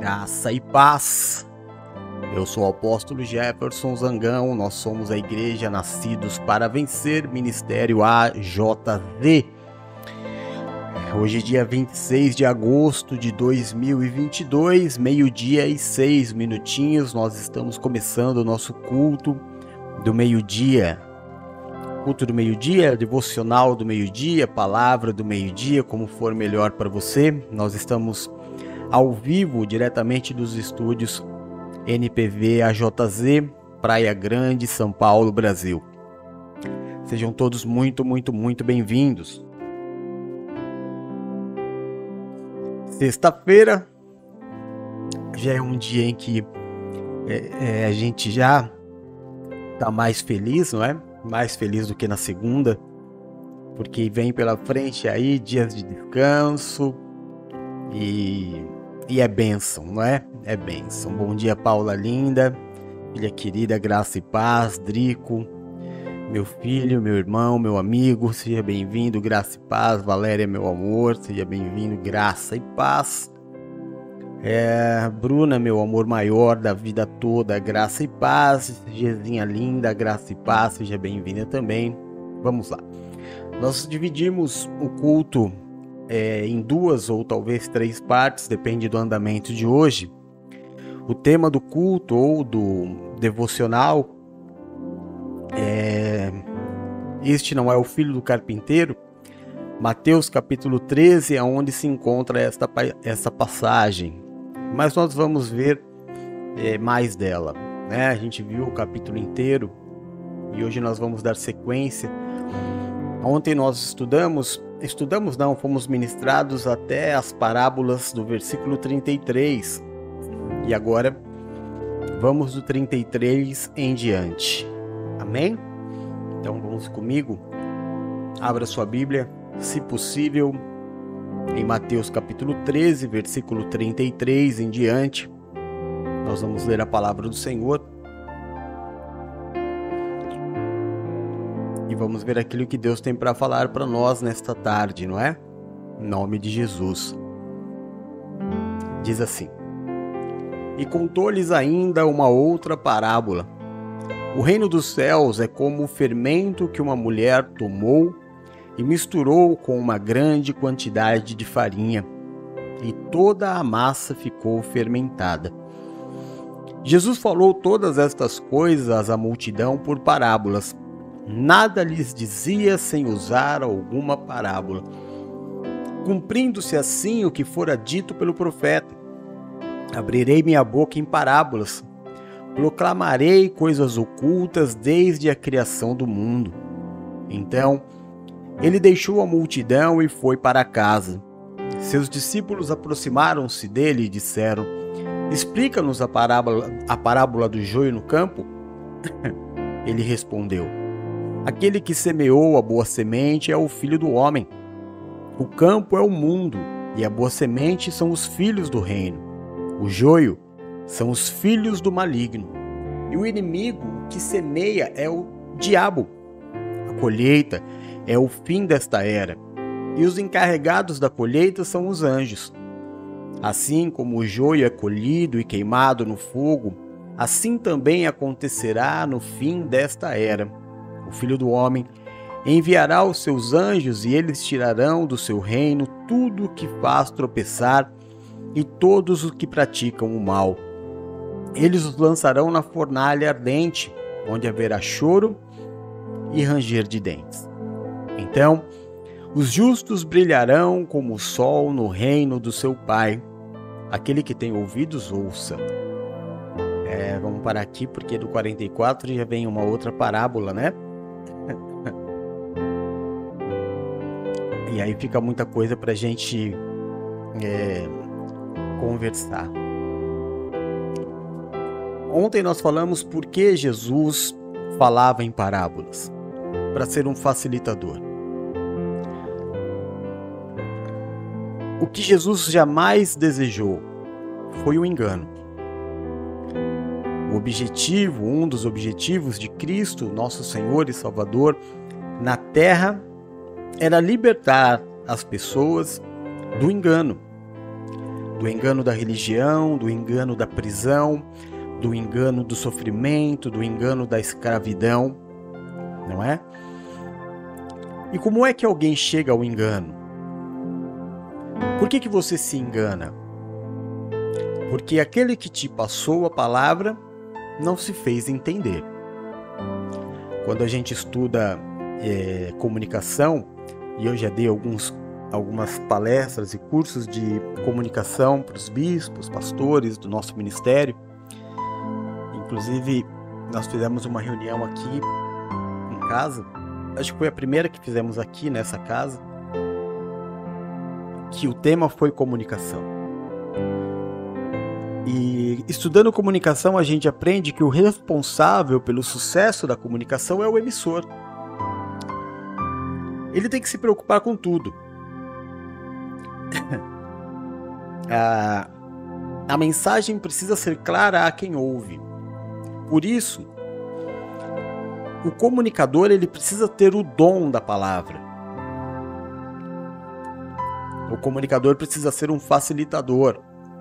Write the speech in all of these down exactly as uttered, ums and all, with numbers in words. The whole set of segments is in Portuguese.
Graça e paz. Eu sou o apóstolo Jefferson Zangão, nós somos a Igreja Nascidos para Vencer, Ministério A J Z. Hoje é dia vinte e seis de agosto de dois mil e vinte e dois, meio-dia e seis minutinhos, nós estamos começando o nosso culto do meio-dia. Culto do meio-dia, devocional do meio-dia, palavra do meio-dia, como for melhor para você. Nós estamos ao vivo, diretamente dos estúdios N P V A J Z, Praia Grande, São Paulo, Brasil. Sejam todos muito, muito, muito bem-vindos. Sexta-feira já é um dia em que é, é, a gente já está mais feliz, não é? Mais feliz do que na segunda, porque vem pela frente aí dias de descanso e, e é bênção, não é? É bênção. Bom dia, Paula linda, filha querida, graça e paz, Drico, meu filho, meu irmão, meu amigo, seja bem-vindo, graça e paz. Valéria, meu amor, seja bem-vindo, graça e paz. É, Bruna, meu amor maior da vida toda, graça e paz. Gezinha linda, graça e paz, seja bem-vinda também. Vamos lá. Nós dividimos o culto é, em duas ou talvez três partes, depende do andamento de hoje. O tema do culto ou do devocional é: este não é o filho do carpinteiro? Mateus capítulo treze é onde se encontra esta, essa passagem. Mas nós vamos ver é, mais dela, né? A gente viu o capítulo inteiro e hoje nós vamos dar sequência. Ontem nós estudamos, estudamos não, fomos ministrados até as parábolas do versículo trinta e três. E agora vamos do trinta e três em diante. Amém? Então vamos comigo. Abra sua Bíblia, se possível, em Mateus capítulo treze, versículo trinta e três em diante. Nós vamos ler a palavra do Senhor e vamos ver aquilo que Deus tem para falar para nós nesta tarde, não é? Em nome de Jesus. Diz assim: e contou-lhes ainda uma outra parábola. O reino dos céus é como o fermento que uma mulher tomou e misturou com uma grande quantidade de farinha, e toda a massa ficou fermentada. Jesus falou todas estas coisas à multidão por parábolas. Nada lhes dizia sem usar alguma parábola, cumprindo-se assim o que fora dito pelo profeta: abrirei minha boca em parábolas, proclamarei coisas ocultas desde a criação do mundo. Então ele deixou a multidão e foi para casa. Seus discípulos aproximaram-se dele e disseram: explica-nos a parábola, a parábola do joio no campo. Ele respondeu: aquele que semeou a boa semente é o filho do homem. O campo é o mundo, e a boa semente são os filhos do reino. O joio são os filhos do maligno. E o inimigo que semeia é o diabo. A colheita é o fim desta era, e os encarregados da colheita são os anjos. Assim como o joio é colhido e queimado no fogo, assim também acontecerá no fim desta era. O Filho do Homem enviará os seus anjos e eles tirarão do seu reino tudo o que faz tropeçar e todos os que praticam o mal. Eles os lançarão na fornalha ardente, onde haverá choro e ranger de dentes. Então, os justos brilharão como o sol no reino do seu Pai. Aquele que tem ouvidos, ouça. É, vamos parar aqui, porque do quarenta e quatro já vem uma outra parábola, né? E aí fica muita coisa para a gente é, conversar. Ontem nós falamos por que Jesus falava em parábolas. Para ser um facilitador. O que Jesus jamais desejou foi o engano. O objetivo, um dos objetivos de Cristo, nosso Senhor e Salvador, na terra, era libertar as pessoas do engano. do engano da religião, do engano da prisão, do engano do sofrimento, do engano da escravidão, não é? E como é que alguém chega ao engano? Por que que você se engana? Porque aquele que te passou a palavra não se fez entender. Quando a gente estuda é, comunicação, e eu já dei alguns, algumas palestras e cursos de comunicação para os bispos, pastores do nosso ministério. Inclusive, nós fizemos uma reunião aqui em casa, acho que foi a primeira que fizemos aqui nessa casa, que o tema foi comunicação. E estudando comunicação, a gente aprende que o responsável pelo sucesso da comunicação é o emissor. Ele tem que se preocupar com tudo. a, a mensagem precisa ser clara a quem ouve. Por isso, o comunicador ele precisa ter o dom da palavra. O comunicador precisa ser um facilitador.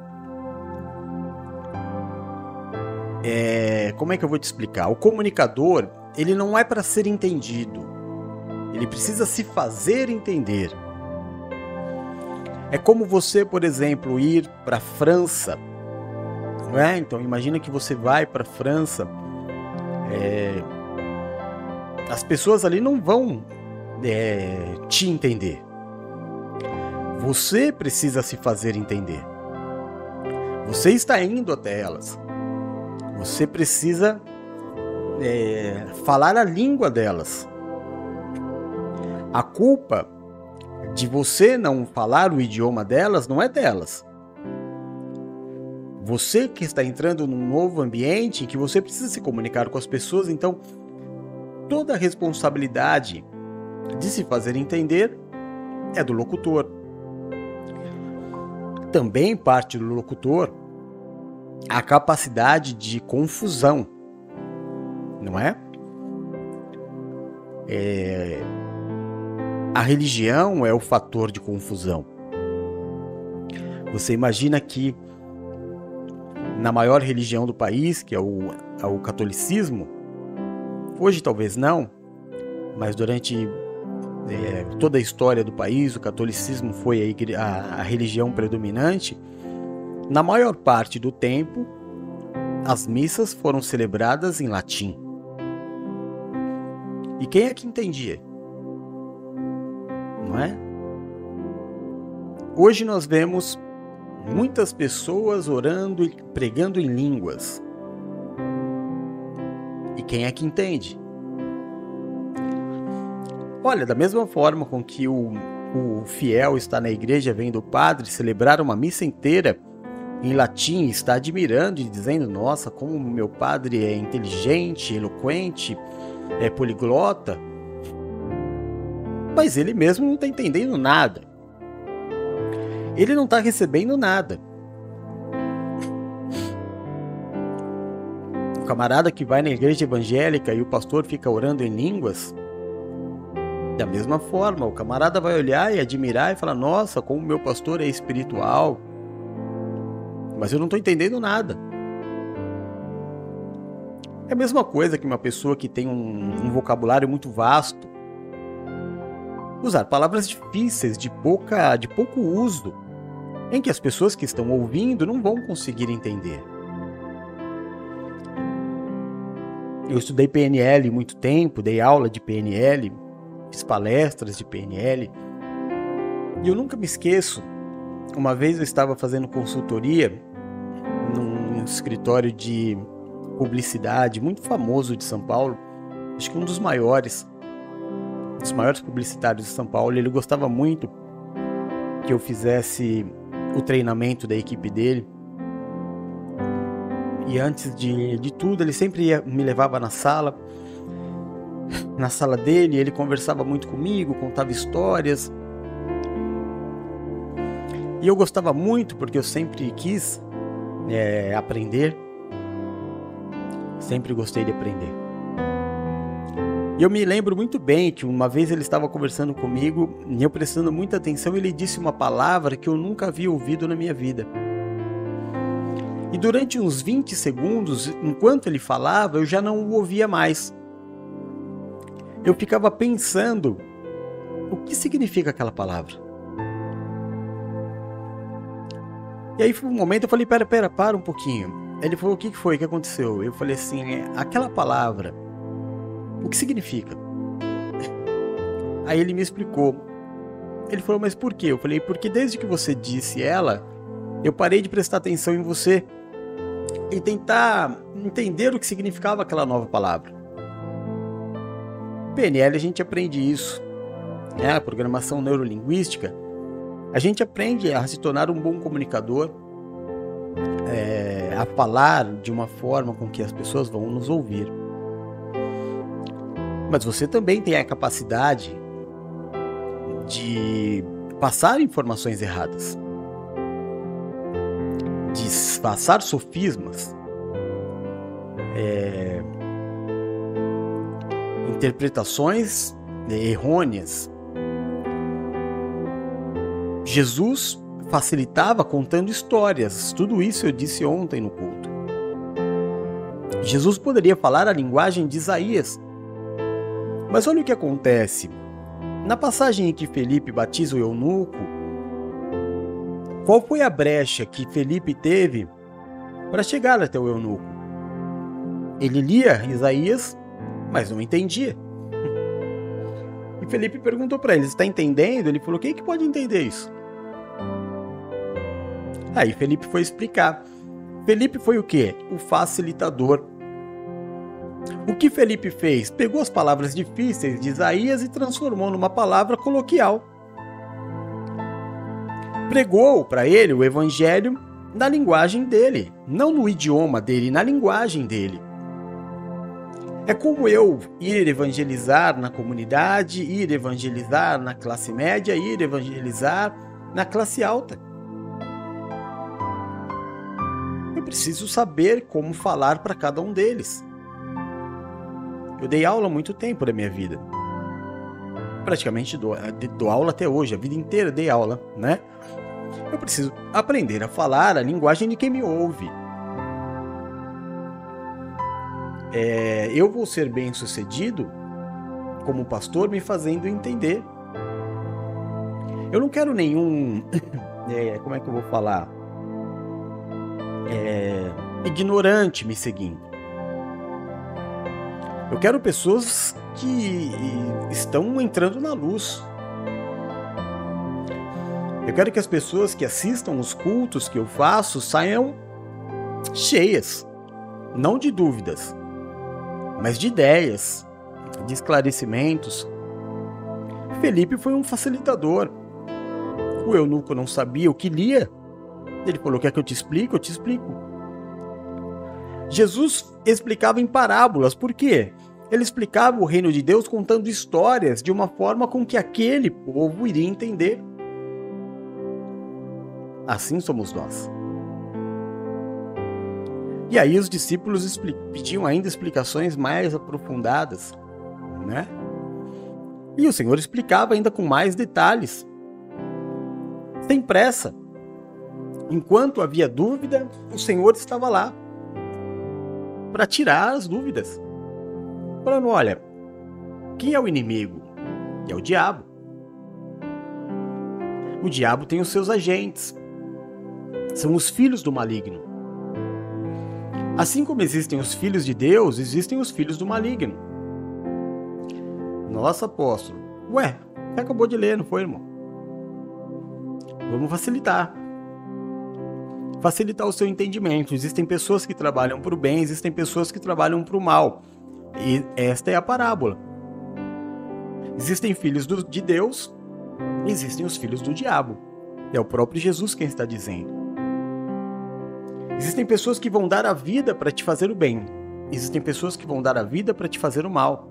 É, como é que eu vou te explicar? O comunicador, ele não é para ser entendido. Ele precisa se fazer entender. É como você, por exemplo, ir para a França. Não é? Então, imagina que você vai para a França. É, as pessoas ali não vão é, te entender. Você precisa se fazer entender. Você está indo até elas. Você precisa é, falar a língua delas. A culpa de você não falar o idioma delas não é delas. Você que está entrando num novo ambiente em que você precisa se comunicar com as pessoas, então toda a responsabilidade de se fazer entender é do locutor. Também parte do locutor a capacidade de confusão, não é? É... A religião é o fator de confusão. Você imagina que na maior religião do país, que é o, é o catolicismo, hoje talvez não, mas durante é, toda a história do país, o catolicismo foi a, igre... a, a religião predominante. Na maior parte do tempo, as missas foram celebradas em latim. E quem é que entendia? Não é? Hoje nós vemos muitas pessoas orando e pregando em línguas. E quem é que entende? Olha, da mesma forma com que o, o fiel está na igreja vendo o padre celebrar uma missa inteira em latim, está admirando e dizendo: nossa, como meu padre é inteligente, eloquente, é poliglota. Mas ele mesmo não está entendendo nada. Ele não está recebendo nada. O camarada que vai na igreja evangélica e o pastor fica orando em línguas, da mesma forma, o camarada vai olhar e admirar e falar: nossa, como meu pastor é espiritual. Mas eu não estou entendendo nada. É a mesma coisa que uma pessoa que tem um, um vocabulário muito vasto usar palavras difíceis, de, pouca, de pouco uso, em que as pessoas que estão ouvindo não vão conseguir entender. Eu estudei P N L muito tempo, dei aula de P N L, fiz palestras de P N L, e eu nunca me esqueço. Uma vez eu estava fazendo consultoria num escritório de publicidade muito famoso de São Paulo, acho que um dos maiores, dos maiores publicitários de São Paulo. Ele gostava muito que eu fizesse o treinamento da equipe dele. E antes de, de tudo, ele sempre ia, me levava na sala, na sala dele, ele conversava muito comigo, contava histórias. E eu gostava muito porque eu sempre quis é, aprender, sempre gostei de aprender. E eu me lembro muito bem que uma vez ele estava conversando comigo, e eu prestando muita atenção, ele disse uma palavra que eu nunca havia ouvido na minha vida. E durante uns vinte segundos, enquanto ele falava, eu já não o ouvia mais. Eu ficava pensando o que significa aquela palavra. E aí foi um momento, eu falei, pera, pera, para um pouquinho. Ele falou, o que foi, o que aconteceu? Eu falei assim, aquela palavra, o que significa? Aí ele me explicou. Ele falou, mas por quê? Eu falei, porque desde que você disse ela, eu parei de prestar atenção em você e tentar entender o que significava aquela nova palavra. P N L a gente aprende isso, né? A programação neurolinguística, a gente aprende a se tornar um bom comunicador, é, a falar de uma forma com que as pessoas vão nos ouvir. Mas você também tem a capacidade de passar informações erradas, de passar sofismas, é, interpretações errôneas. Jesus facilitava contando histórias, tudo isso eu disse ontem no culto. Jesus poderia falar a linguagem de Isaías, mas olha o que acontece. Na passagem em que Felipe batiza o eunuco, qual foi a brecha que Felipe teve para chegar até o eunuco? Ele lia Isaías, mas não entendia. E Felipe perguntou para ele, está entendendo? Ele falou, quem é que pode entender isso? Aí Felipe foi explicar. Felipe foi o quê? O facilitador. O que Felipe fez? Pegou as palavras difíceis de Isaías e transformou numa palavra coloquial. Pregou para ele o evangelho na linguagem dele, não no idioma dele, na linguagem dele. É como eu ir evangelizar na comunidade, ir evangelizar na classe média, ir evangelizar na classe alta. Eu preciso saber como falar para cada um deles. Eu dei aula há muito tempo da minha vida. Praticamente dou, dou aula até hoje, a vida inteira dei aula, né? Eu preciso aprender a falar a linguagem de quem me ouve. É, eu vou ser bem sucedido como pastor me fazendo entender. Eu não quero nenhum, é, como é que eu vou falar? É, ignorante me seguindo. Eu quero pessoas que estão entrando na luz. Eu quero que as pessoas que assistam os cultos que eu faço saiam cheias, não de dúvidas, mas de ideias, de esclarecimentos. Felipe foi um facilitador. O eunuco não sabia o que lia. Ele falou, quer que eu te explique? Eu te explico. Jesus explicava em parábolas. Por quê? Ele explicava o reino de Deus contando histórias de uma forma com que aquele povo iria entender. Assim somos nós. E aí os discípulos pediam ainda explicações mais aprofundadas, né? E o Senhor explicava ainda com mais detalhes, sem pressa. Enquanto havia dúvida, o Senhor estava lá para tirar as dúvidas. Falando, olha, quem é o inimigo? É o diabo. O diabo tem os seus agentes. São os filhos do maligno. Assim como existem os filhos de Deus, existem os filhos do maligno. Nossa, apóstolo. Ué, você acabou de ler, não foi, irmão? Vamos facilitar. Facilitar o seu entendimento. Existem pessoas que trabalham para o bem, existem pessoas que trabalham para o mal. E esta é a parábola. Existem filhos do, de Deus, existem os filhos do diabo. É o próprio Jesus quem está dizendo. Existem pessoas que vão dar a vida para te fazer o bem. Existem pessoas que vão dar a vida para te fazer o mal.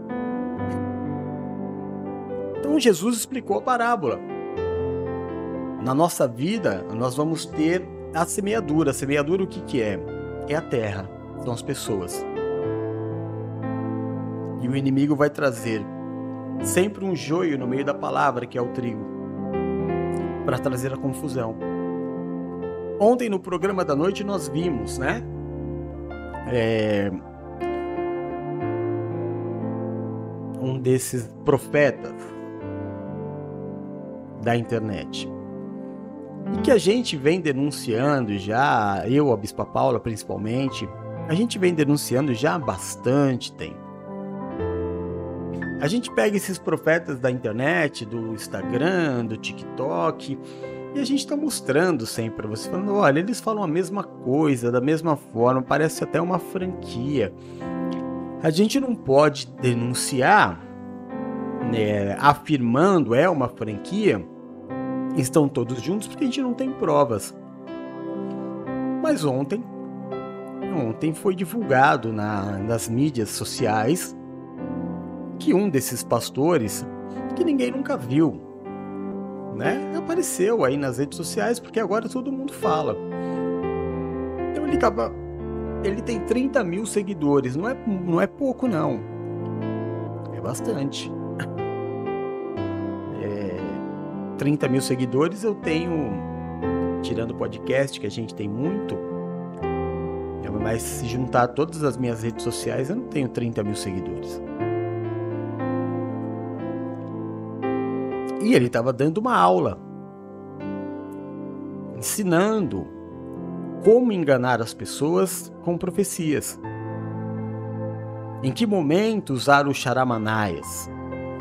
Então Jesus explicou a parábola. Na nossa vida, nós vamos ter a semeadura. A semeadura o que, que é? É a terra, são as pessoas. E o inimigo vai trazer sempre um joio no meio da palavra, que é o trigo, para trazer a confusão. Ontem no programa da noite nós vimos, né? É, um desses profetas da internet. E que a gente vem denunciando já, eu, a Bispa Paula principalmente, a gente vem denunciando já há bastante tempo. A gente pega esses profetas da internet, do Instagram, do TikTok, e a gente está mostrando sempre para você, falando, olha, eles falam a mesma coisa, da mesma forma, parece até uma franquia. A gente não pode denunciar, né, afirmando é uma franquia, estão todos juntos, porque a gente não tem provas. Mas ontem, ontem foi divulgado na, nas mídias sociais que um desses pastores, que ninguém nunca viu, né, apareceu aí nas redes sociais, porque agora todo mundo fala. Então ele acaba, ele tem trinta mil seguidores, não é, não é pouco não, é bastante. É, trinta mil seguidores eu tenho, tirando o podcast, que a gente tem muito, mas se juntar todas as minhas redes sociais, eu não tenho trinta mil seguidores. E ele estava dando uma aula, ensinando como enganar as pessoas com profecias. Em que momento usar os charamanaias,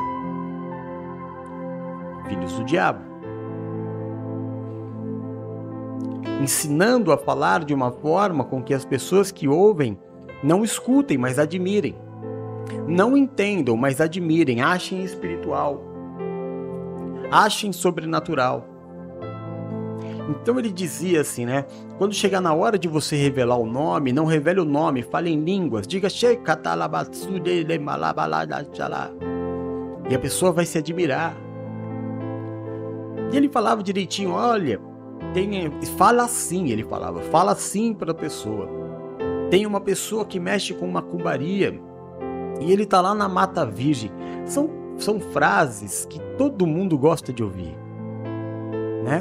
filhos do diabo. Ensinando a falar de uma forma com que as pessoas que ouvem não escutem, mas admirem. Não entendam, mas admirem, achem espiritual. Achem sobrenatural. Então ele dizia assim, né? Quando chegar na hora de você revelar o nome, não revele o nome, fale em línguas. Diga e a pessoa vai se admirar. E ele falava direitinho, olha, tem, fala assim, ele falava, fala assim para a pessoa. Tem uma pessoa que mexe com macumbaria e ele tá lá na Mata Virgem. São, são frases que todo mundo gosta de ouvir, né?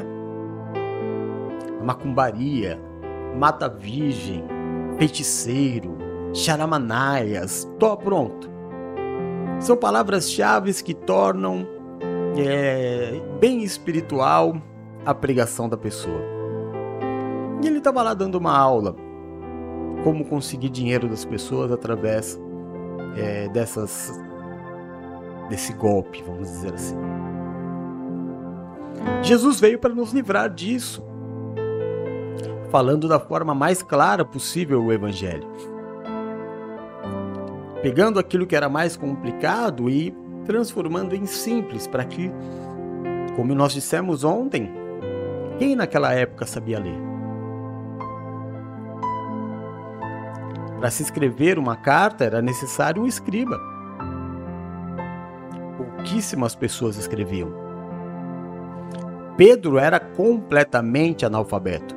Macumbaria, Mata Virgem, feiticeiro, charamanaias, tô pronto. São palavras-chave que tornam é, bem espiritual a pregação da pessoa. E ele estava lá dando uma aula, como conseguir dinheiro das pessoas através é, dessas, desse golpe, vamos dizer assim. Jesus veio para nos livrar disso, falando da forma mais clara possível o Evangelho. Pegando aquilo que era mais complicado e transformando em simples, para que, como nós dissemos ontem, quem naquela época sabia ler? Para se escrever uma carta era necessário um escriba. Pouquíssimas pessoas escreviam. Pedro era completamente analfabeto.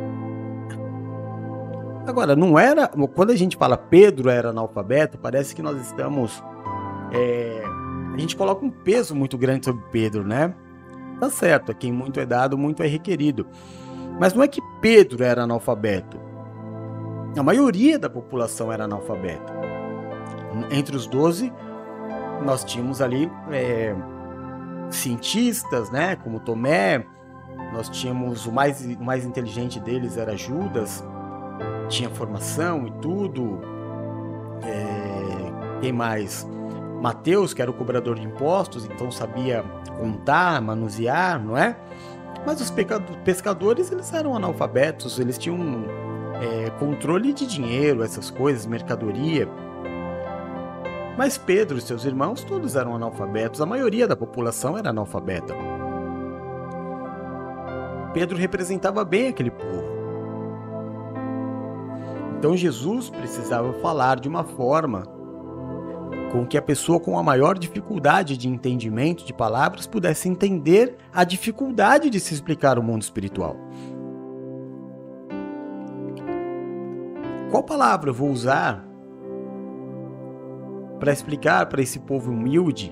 Agora, não era... Quando a gente fala Pedro era analfabeto, parece que nós estamos... É, a gente coloca um peso muito grande sobre Pedro, né? Tá certo, a quem muito é dado, muito é requerido. Mas não é que Pedro era analfabeto. A maioria da população era analfabeta. Entre os doze, nós tínhamos ali é, cientistas, né? Como Tomé. Nós tínhamos o mais, o mais inteligente deles era Judas. Tinha formação e tudo. É, quem mais? Mateus, que era o cobrador de impostos, então sabia contar, manusear, não é? Mas os pescadores, eles eram analfabetos, eles tinham é, controle de dinheiro, essas coisas, mercadoria. Mas Pedro e seus irmãos, todos eram analfabetos, a maioria da população era analfabeta. Pedro representava bem aquele povo. Então Jesus precisava falar de uma forma com que a pessoa com a maior dificuldade de entendimento de palavras pudesse entender a dificuldade de se explicar o mundo espiritual. Qual palavra eu vou usar para explicar para esse povo humilde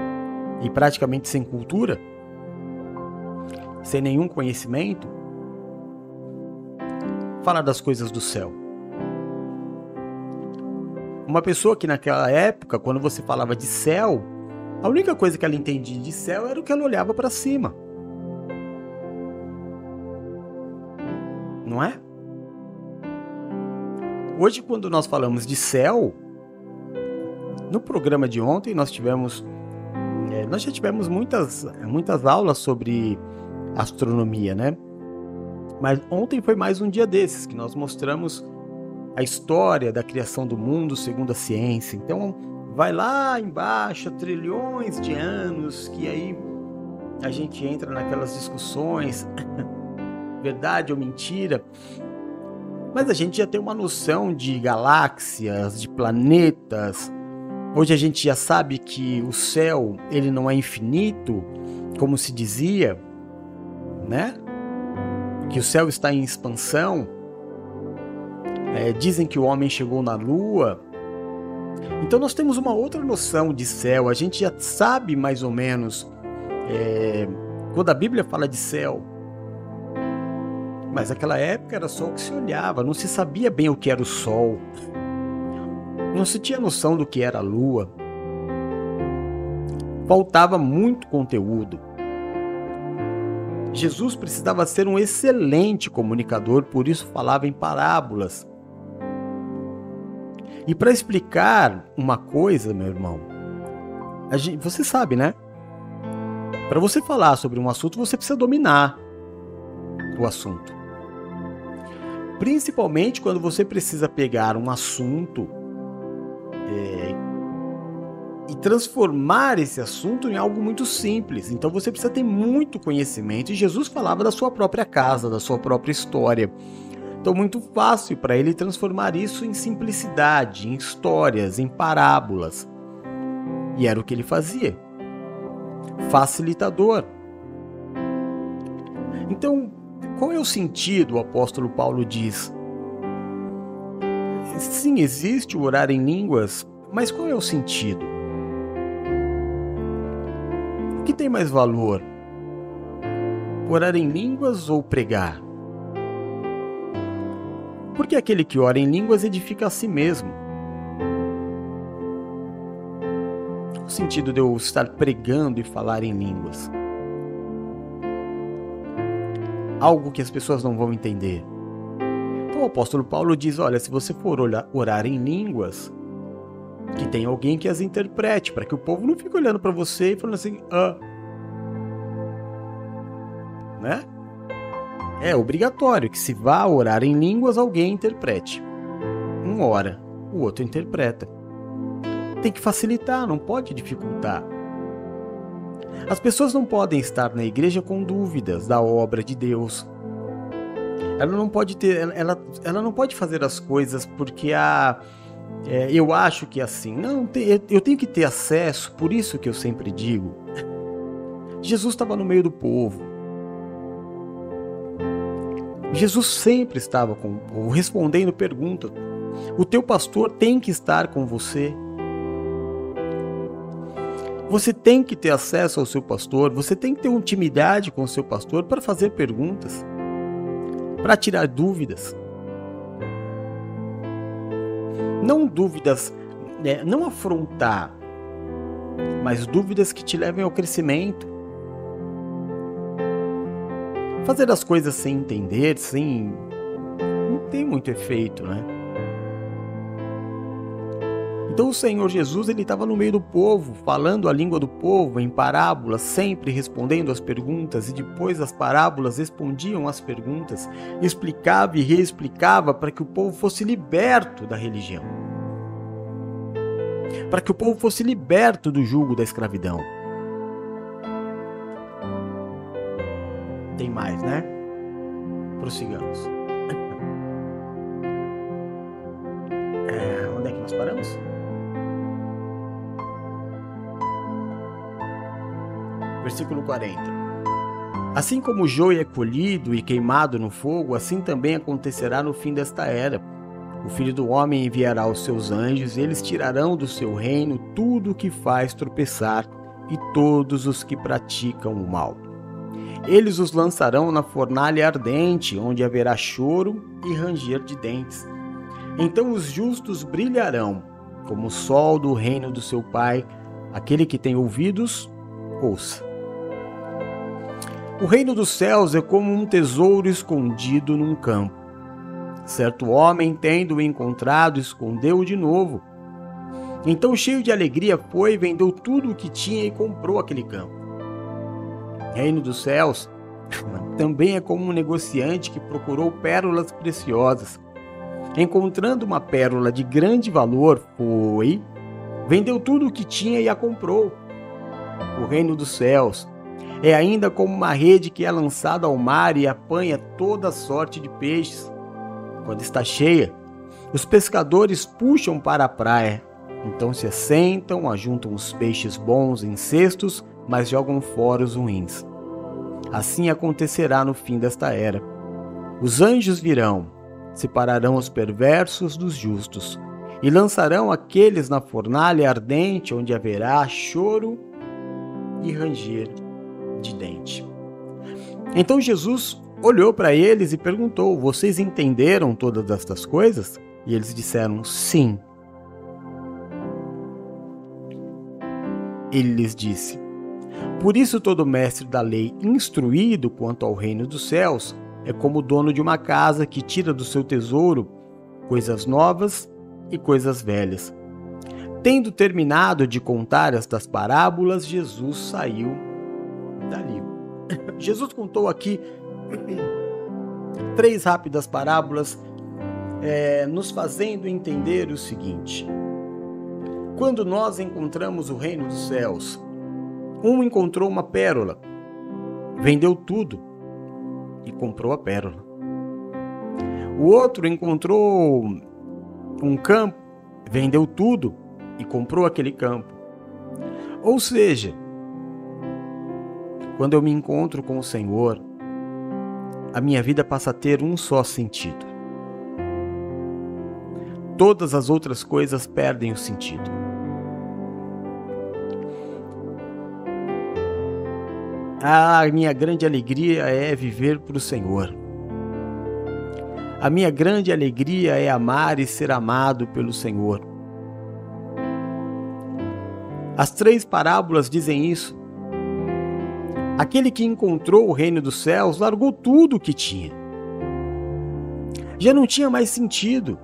e praticamente sem cultura, sem nenhum conhecimento? fala das coisas do céu. Uma pessoa que naquela época, quando você falava de céu, a única coisa que ela entendia de céu era o que ela olhava para cima. Não é? Hoje, quando nós falamos de céu, no programa de ontem nós tivemos, é, nós já tivemos muitas, muitas aulas sobre astronomia, né? Mas ontem foi mais um dia desses que nós mostramos a história da criação do mundo segundo a ciência. Então, vai lá embaixo, trilhões de anos, que aí a gente entra naquelas discussões, verdade ou mentira. Mas a gente já tem uma noção de galáxias, de planetas. Hoje a gente já sabe que o céu, ele não é infinito, como se dizia, né? Que o céu está em expansão. É, dizem que o homem chegou na Lua. Então nós temos uma outra noção de céu. A gente já sabe mais ou menos é, quando a Bíblia fala de céu. Mas naquela época era só o que se olhava. Não se sabia bem o que era o sol. Não se tinha noção do que era a Lua. Faltava muito conteúdo. Jesus precisava ser um excelente comunicador, por isso falava em parábolas. E para explicar uma coisa, meu irmão, a gente, você sabe, né? Para você falar sobre um assunto, você precisa dominar o assunto. Principalmente quando você precisa pegar um assunto é, e transformar esse assunto em algo muito simples. Então você precisa ter muito conhecimento. E Jesus falava da sua própria casa, da sua própria história. Então muito fácil para ele transformar isso em simplicidade, em histórias, em parábolas. E era o que ele fazia. Facilitador. Então, qual é o sentido, o apóstolo Paulo diz? Sim, existe o orar em línguas, mas qual é o sentido? O que tem mais valor? Orar em línguas ou pregar? Porque aquele que ora em línguas edifica a si mesmo. O sentido de eu estar pregando e falar em línguas? Algo que as pessoas não vão entender. Então o apóstolo Paulo diz, olha, se você for orar em línguas, que tem alguém que as interprete, para que o povo não fique olhando para você e falando assim, ah, né? É obrigatório que se vá orar em línguas, alguém interprete. Um ora, o outro interpreta. Tem que facilitar, não pode dificultar. As pessoas não podem estar na igreja com dúvidas da obra de Deus. Ela não pode ter, ela, ela não pode fazer as coisas porque a, é, eu acho que é assim. Não, eu tenho que ter acesso, por isso que eu sempre digo. Jesus estava no meio do povo. Jesus sempre estava com o povo, respondendo perguntas. O teu pastor tem que estar com você. Você tem que ter acesso ao seu pastor, você tem que ter intimidade com o seu pastor para fazer perguntas, para tirar dúvidas. Não dúvidas, né, não afrontar, mas dúvidas que te levem ao crescimento. Fazer as coisas sem entender, sem... não tem muito efeito, né? Então o Senhor Jesus, ele estava no meio do povo, falando a língua do povo, em parábolas, sempre respondendo as perguntas, e depois as parábolas respondiam às perguntas, explicava e reexplicava para que o povo fosse liberto da religião. Para que o povo fosse liberto do jugo da escravidão. Tem mais, né? Prossigamos. É, onde é que nós paramos? Versículo quarenta. Assim como o joio é colhido e queimado no fogo, assim também acontecerá no fim desta era. O Filho do Homem enviará os seus anjos, e eles tirarão do seu reino tudo o que faz tropeçar e todos os que praticam o mal. Eles os lançarão na fornalha ardente, onde haverá choro e ranger de dentes. Então os justos brilharão, como o sol do reino do seu Pai. Aquele que tem ouvidos, ouça. O reino dos céus é como um tesouro escondido num campo. Certo homem, tendo-o encontrado, escondeu-o de novo. Então, cheio de alegria, foi, vendeu tudo o que tinha e comprou aquele campo. O reino dos céus também é como um negociante que procurou pérolas preciosas. Encontrando uma pérola de grande valor, foi, vendeu tudo o que tinha e a comprou. O reino dos céus é ainda como uma rede que é lançada ao mar e apanha toda sorte de peixes. Quando está cheia, os pescadores puxam para a praia. Então se assentam, ajuntam os peixes bons em cestos, mas jogam fora os ruins. Assim acontecerá no fim desta era. Os anjos virão, separarão os perversos dos justos, e lançarão aqueles na fornalha ardente, onde haverá choro e ranger de dente. Então Jesus olhou para eles e perguntou: vocês entenderam todas estas coisas? E eles disseram: sim. Ele lhes disse: por isso todo mestre da lei instruído quanto ao reino dos céus é como o dono de uma casa que tira do seu tesouro coisas novas e coisas velhas. Tendo terminado de contar estas parábolas, Jesus saiu dali. Jesus contou aqui três rápidas parábolas, é, nos fazendo entender o seguinte: quando nós encontramos o reino dos céus, um encontrou uma pérola, vendeu tudo e comprou a pérola. O outro encontrou um campo, vendeu tudo e comprou aquele campo. Ou seja, quando eu me encontro com o Senhor, a minha vida passa a ter um só sentido. Todas as outras coisas perdem o sentido. A minha grande alegria é viver para o Senhor. A minha grande alegria é amar e ser amado pelo Senhor. As três parábolas dizem isso. Aquele que encontrou o reino dos céus largou tudo o que tinha. Já não tinha mais sentido.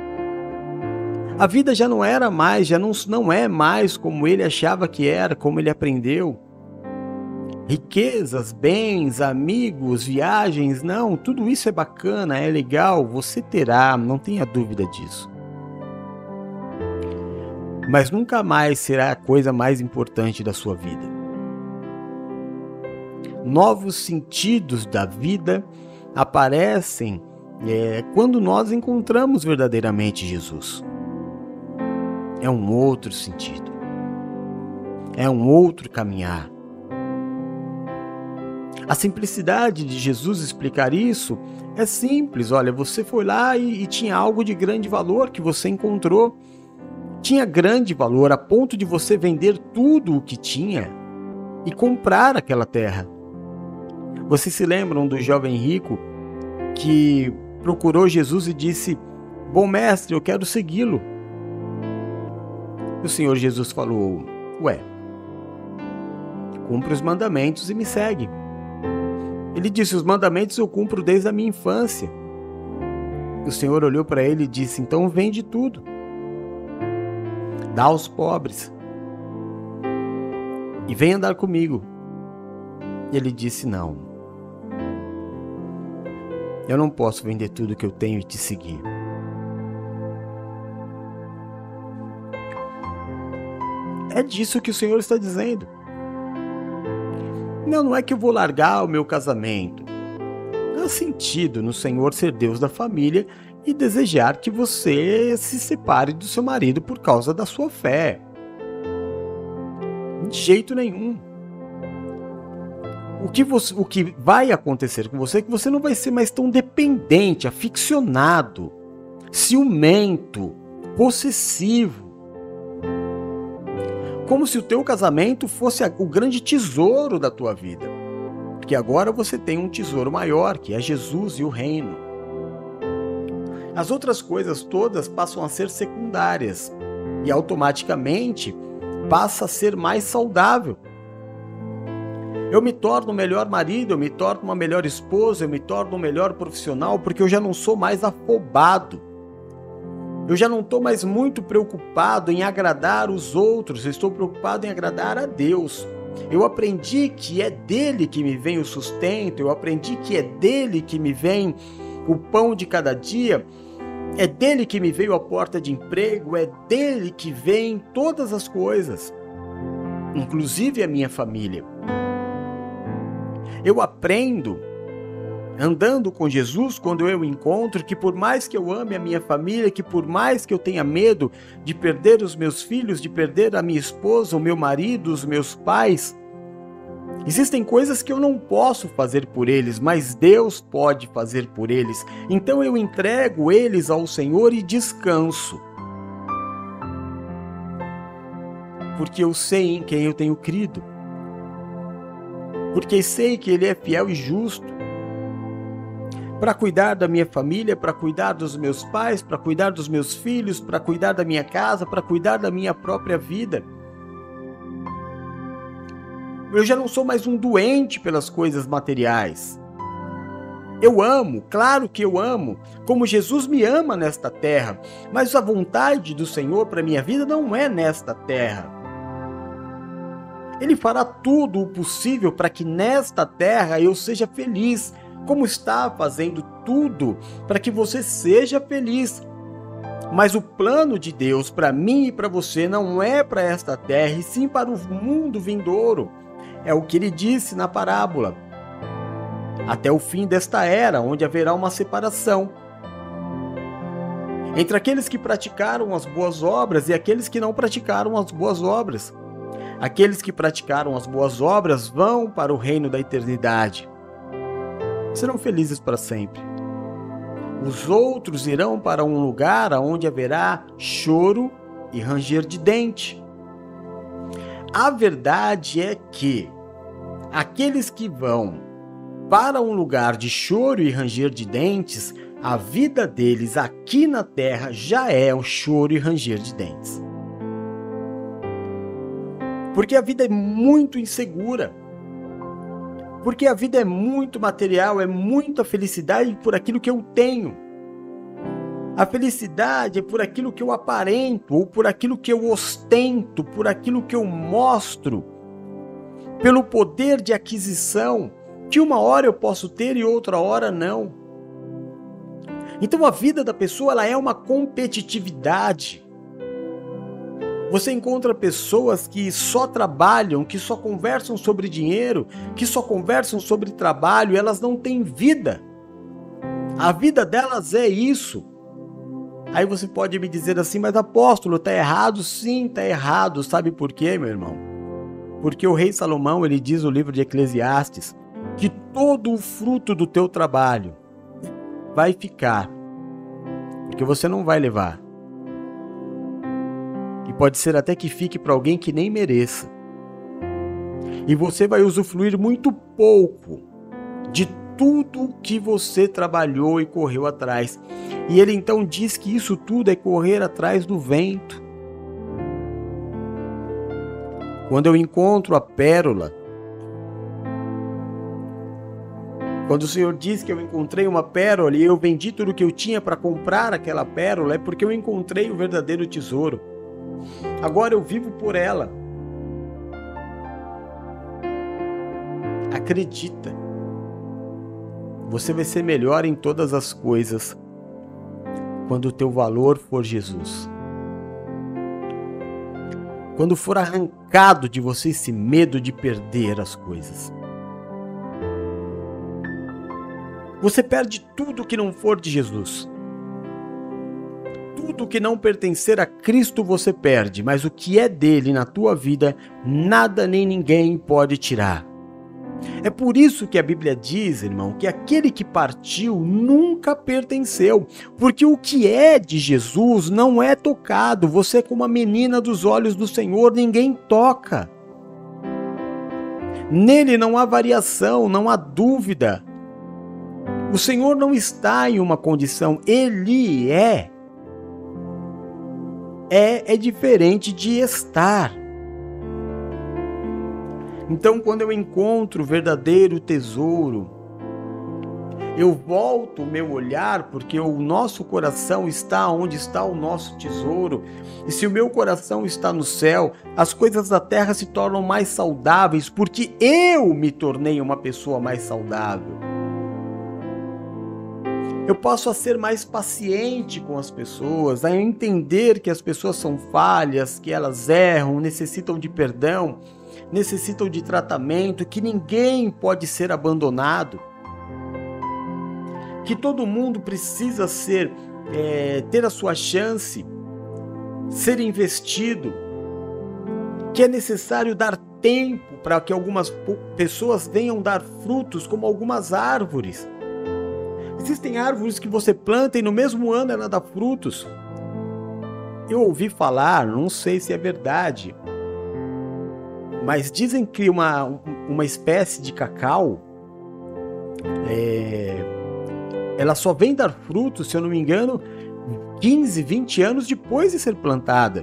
A vida já não era mais, já não, não é mais como ele achava que era, como ele aprendeu. Riquezas, bens, amigos, viagens, não, tudo isso é bacana, é legal, você terá, não tenha dúvida disso. Mas nunca mais será a coisa mais importante da sua vida. Novos sentidos da vida aparecem é, quando nós encontramos verdadeiramente Jesus. É um outro sentido. É um outro caminhar. A simplicidade de Jesus explicar isso é simples. Olha, você foi lá e, e tinha algo de grande valor que você encontrou. Tinha grande valor a ponto de você vender tudo o que tinha e comprar aquela terra. Vocês se lembram do jovem rico que procurou Jesus e disse: bom mestre, eu quero segui-lo. O Senhor Jesus falou: ué, cumpre os mandamentos e me segue. Ele disse: os mandamentos eu cumpro desde a minha infância. O Senhor olhou para ele e disse: então vende tudo, dá aos pobres e vem andar comigo. Ele disse: não, eu não posso vender tudo que eu tenho e te seguir. É disso que o Senhor está dizendo. Não, não é que eu vou largar o meu casamento. Há sentido no Senhor ser Deus da família e desejar que você se separe do seu marido por causa da sua fé. De jeito nenhum. O que, você, o que vai acontecer com você é que você não vai ser mais tão dependente, aficionado, ciumento, possessivo. Como se o teu casamento fosse o grande tesouro da tua vida. porque agora você tem um tesouro maior, que é Jesus e o reino. As outras coisas todas passam a ser secundárias e automaticamente passa a ser mais saudável. Eu me torno um melhor marido, eu me torno uma melhor esposa, eu me torno um melhor profissional, porque eu já não sou mais afobado. Eu já não estou mais muito preocupado em agradar os outros, eu estou preocupado em agradar a Deus. Eu aprendi que é dele que me vem o sustento, eu aprendi que é dele que me vem o pão de cada dia, é dele que me veio a porta de emprego, é dele que vem todas as coisas, inclusive a minha família. Eu aprendo, andando com Jesus, quando eu encontro, que por mais que eu ame a minha família, que por mais que eu tenha medo de perder os meus filhos, de perder a minha esposa, o meu marido, os meus pais, existem coisas que eu não posso fazer por eles, mas Deus pode fazer por eles. Então eu entrego eles ao Senhor e descanso. Porque eu sei em quem eu tenho crido. Porque sei que Ele é fiel e justo para cuidar da minha família, para cuidar dos meus pais, para cuidar dos meus filhos, para cuidar da minha casa, para cuidar da minha própria vida. Eu já não sou mais um doente pelas coisas materiais. Eu amo, claro que eu amo, como Jesus me ama nesta terra, mas a vontade do Senhor para minha vida não é nesta terra. Ele fará tudo o possível para que nesta terra eu seja feliz, como está fazendo tudo para que você seja feliz. Mas o plano de Deus para mim e para você não é para esta terra, e sim para o mundo vindouro. É o que ele disse na parábola. Até o fim desta era, onde haverá uma separação entre aqueles que praticaram as boas obras e aqueles que não praticaram as boas obras. Aqueles que praticaram as boas obras vão para o reino da eternidade. Serão felizes para sempre. Os outros irão para um lugar onde haverá choro e ranger de dente. A verdade é que aqueles que vão para um lugar de choro e ranger de dentes, a vida deles aqui na terra já é um choro e ranger de dentes. Porque a vida é muito insegura. Porque a vida é muito material, é muita felicidade por aquilo que eu tenho. A felicidade é por aquilo que eu aparento, ou por aquilo que eu ostento, por aquilo que eu mostro, pelo poder de aquisição, que uma hora eu posso ter e outra hora não. Então a vida da pessoa ela é uma competitividade. Você encontra pessoas que só trabalham, que só conversam sobre dinheiro, que só conversam sobre trabalho, elas não têm vida. A vida delas é isso. Aí você pode me dizer assim, mas apóstolo, tá errado? Sim, tá errado. Sabe por quê, meu irmão? Porque o rei Salomão, ele diz no livro de Eclesiastes, que todo o fruto do teu trabalho vai ficar, porque você não vai levar. E pode ser até que fique para alguém que nem mereça. E você vai usufruir muito pouco de tudo que você trabalhou e correu atrás. E ele então diz que isso tudo é correr atrás do vento. Quando eu encontro a pérola, quando o Senhor diz que eu encontrei uma pérola e eu vendi tudo que eu tinha para comprar aquela pérola, é porque eu encontrei o verdadeiro tesouro. Agora eu vivo por ela. Acredita. Você vai ser melhor em todas as coisas quando o teu valor for Jesus. Quando for arrancado de você esse medo de perder as coisas. Você perde tudo que não for de Jesus. Tudo que não pertencer a Cristo você perde, mas o que é dele na tua vida, nada nem ninguém pode tirar. É por isso que a Bíblia diz, irmão, que aquele que partiu nunca pertenceu, porque o que é de Jesus não é tocado. Você é como a menina dos olhos do Senhor, ninguém toca. Nele não há variação, não há dúvida. O Senhor não está em uma condição, Ele é. É, é diferente de estar. Então, quando eu encontro o verdadeiro tesouro, eu volto o meu olhar, porque o nosso coração está onde está o nosso tesouro. E se o meu coração está no céu, as coisas da terra se tornam mais saudáveis, porque eu me tornei uma pessoa mais saudável. Eu passo a ser mais paciente com as pessoas, a entender que as pessoas são falhas, que elas erram, necessitam de perdão, necessitam de tratamento, que ninguém pode ser abandonado, que todo mundo precisa ser, é, ter a sua chance, ser investido, que é necessário dar tempo para que algumas pessoas venham dar frutos, como algumas árvores. Existem árvores que você planta e no mesmo ano ela dá frutos. Eu ouvi falar, não sei se é verdade, mas dizem que uma, uma espécie de cacau, é, ela só vem dar frutos, se eu não me engano, quinze, vinte anos depois de ser plantada.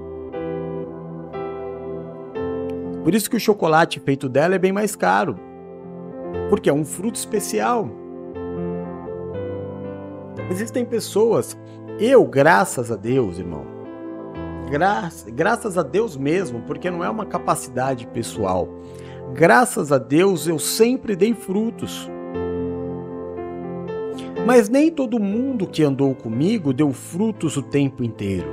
Por isso que o chocolate feito dela é bem mais caro, porque é um fruto especial. Existem pessoas, eu, graças a Deus, irmão, gra graças a Deus mesmo, porque não é uma capacidade pessoal, graças a Deus eu sempre dei frutos. Mas nem todo mundo que andou comigo deu frutos o tempo inteiro.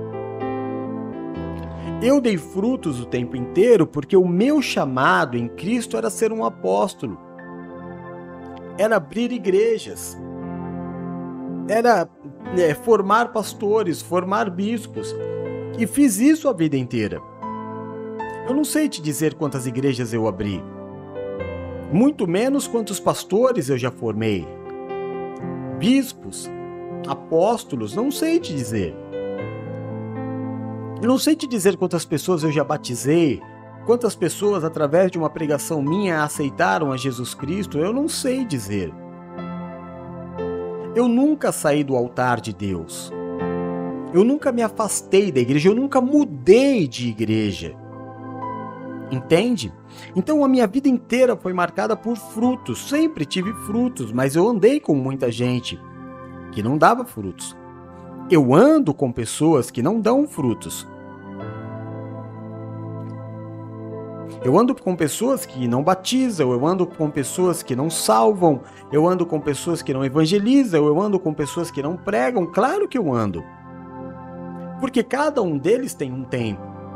Eu dei frutos o tempo inteiro porque o meu chamado em Cristo era ser um apóstolo, era abrir igrejas, era é, formar pastores, formar bispos, e fiz isso a vida inteira. Eu não sei te dizer quantas igrejas eu abri, muito menos quantos pastores eu já formei, bispos, apóstolos, não sei te dizer. Eu não sei te dizer quantas pessoas eu já batizei, quantas pessoas através de uma pregação minha aceitaram a Jesus Cristo, eu não sei dizer. Eu nunca saí do altar de Deus. Eu nunca me afastei da igreja, eu nunca mudei de igreja. Entende? Então a minha vida inteira foi marcada por frutos. Sempre tive frutos, mas eu andei com muita gente que não dava frutos. Eu ando com pessoas que não dão frutos. Eu ando com pessoas que não batizam, eu ando com pessoas que não salvam, eu ando com pessoas que não evangelizam, eu ando com pessoas que não pregam. Claro que eu ando. Porque cada um deles tem um tempo.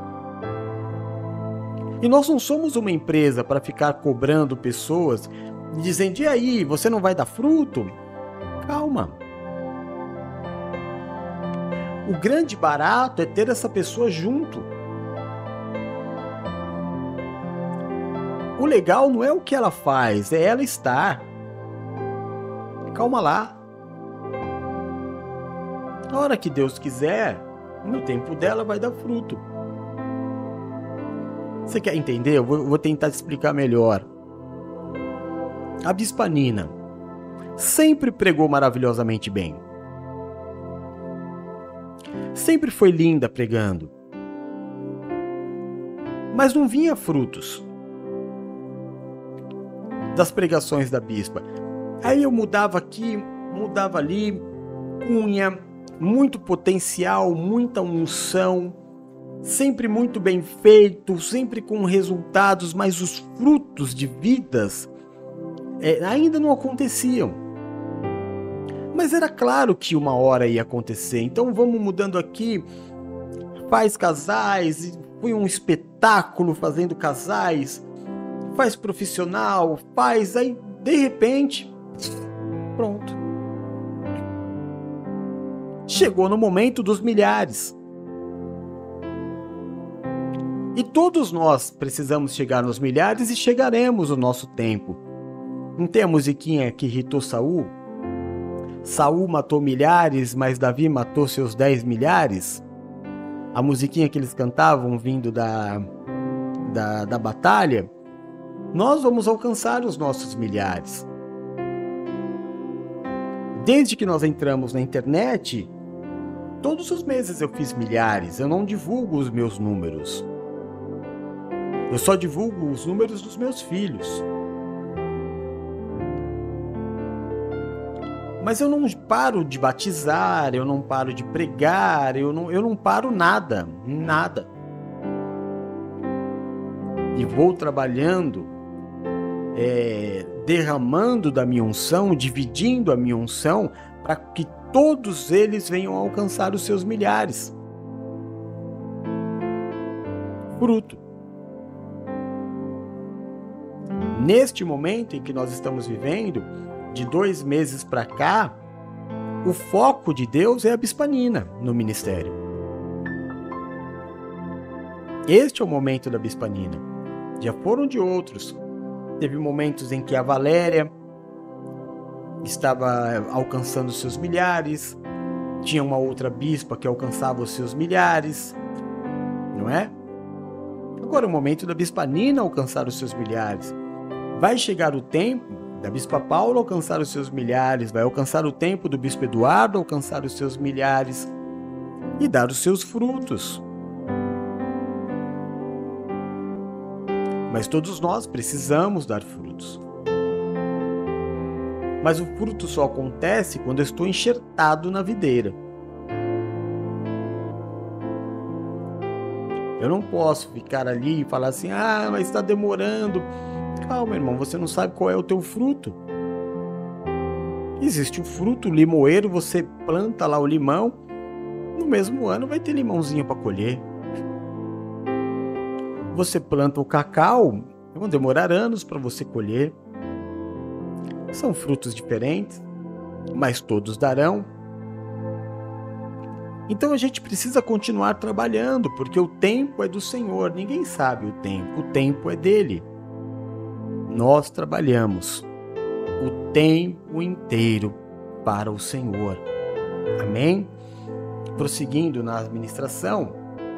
E nós não somos uma empresa para ficar cobrando pessoas, dizendo, e aí, você não vai dar fruto? Calma. O grande barato é ter essa pessoa junto. O legal não é o que ela faz, é ela estar. Calma lá. Na hora que Deus quiser, no tempo dela vai dar fruto. Você quer entender? Eu vou, vou tentar te explicar melhor. A Bispa Nina sempre pregou maravilhosamente bem. Sempre foi linda pregando. Mas não vinha frutos das pregações da bispa. Aí eu mudava aqui, mudava ali, punha muito potencial, muita unção, sempre muito bem feito, sempre com resultados, mas os frutos de vidas é, ainda não aconteciam. Mas era claro que uma hora ia acontecer, então vamos mudando aqui, faz casais, foi um espetáculo fazendo casais, faz profissional, faz, aí de repente, pronto. Chegou no momento dos milhares. E todos nós precisamos chegar nos milhares e chegaremos no nosso tempo. Não tem a musiquinha que irritou Saul? Saul matou milhares, mas Davi matou seus dez milhares? A musiquinha que eles cantavam vindo da, da, da batalha? nós vamos alcançar os nossos milhares. Desde que nós entramos na internet, todos os meses eu fiz milhares. Eu não divulgo os meus números. Eu só divulgo os números dos meus filhos. Mas eu não paro de batizar, eu não paro de pregar, eu não, eu não paro nada, nada. E vou trabalhando, é, derramando da minha unção, dividindo a minha unção, para que todos eles venham a alcançar os seus milhares. Fruto. Neste momento em que nós estamos vivendo, de dois meses para cá, o foco de Deus é a bispanina no ministério. Este é o momento da bispanina. Já foram de outros. Teve momentos em que a Valéria estava alcançando os seus milhares, tinha uma outra bispa que alcançava os seus milhares, não é? Agora é o momento da bispanina alcançar os seus milhares. Vai chegar o tempo da Bispa Paula alcançar os seus milhares, vai alcançar o tempo do Bispo Eduardo alcançar os seus milhares e dar os seus frutos. Mas todos nós precisamos dar frutos. Mas o fruto só acontece quando eu estou enxertado na videira. Eu não posso ficar ali e falar assim, ah, mas está demorando. Calma, irmão, você não sabe qual é o teu fruto. Existe o fruto limoeiro, você planta lá o limão, no mesmo ano vai ter limãozinho para colher. Você planta o cacau, vão demorar anos para você colher. São frutos diferentes, mas todos darão. Então a gente precisa continuar trabalhando, porque o tempo é do Senhor, ninguém sabe o tempo, o tempo é dele. Nós trabalhamos o tempo inteiro para o Senhor. Amém? Prosseguindo na administração.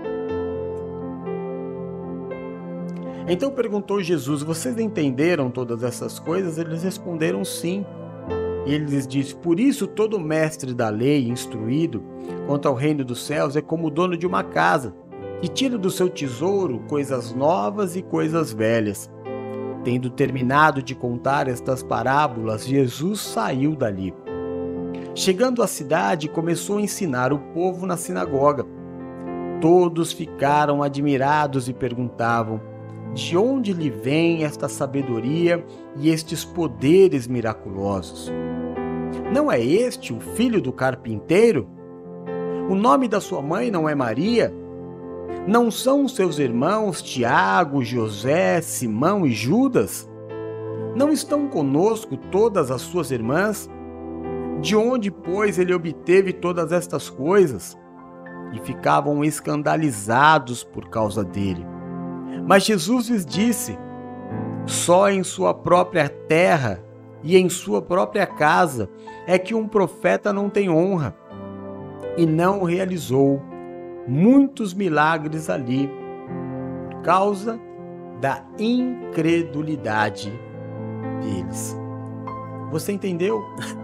Então perguntou Jesus, vocês entenderam todas essas coisas? Eles responderam sim. E ele lhes disse, por isso todo mestre da lei, instruído quanto ao reino dos céus, é como o dono de uma casa, que tira do seu tesouro coisas novas e coisas velhas. Tendo terminado de contar estas parábolas, Jesus saiu dali. Chegando à cidade, começou a ensinar o povo na sinagoga. Todos ficaram admirados e perguntavam, de onde lhe vem esta sabedoria e estes poderes miraculosos? Não é este o filho do carpinteiro? O nome da sua mãe não é Maria? Não são seus irmãos Tiago, José, Simão e Judas? Não estão conosco todas as suas irmãs? De onde, pois, ele obteve todas estas coisas? E ficavam escandalizados por causa dele. Mas Jesus lhes disse, só em sua própria terra e em sua própria casa é que um profeta não tem honra. E não realizou muitos milagres ali, por causa da incredulidade deles. Você entendeu?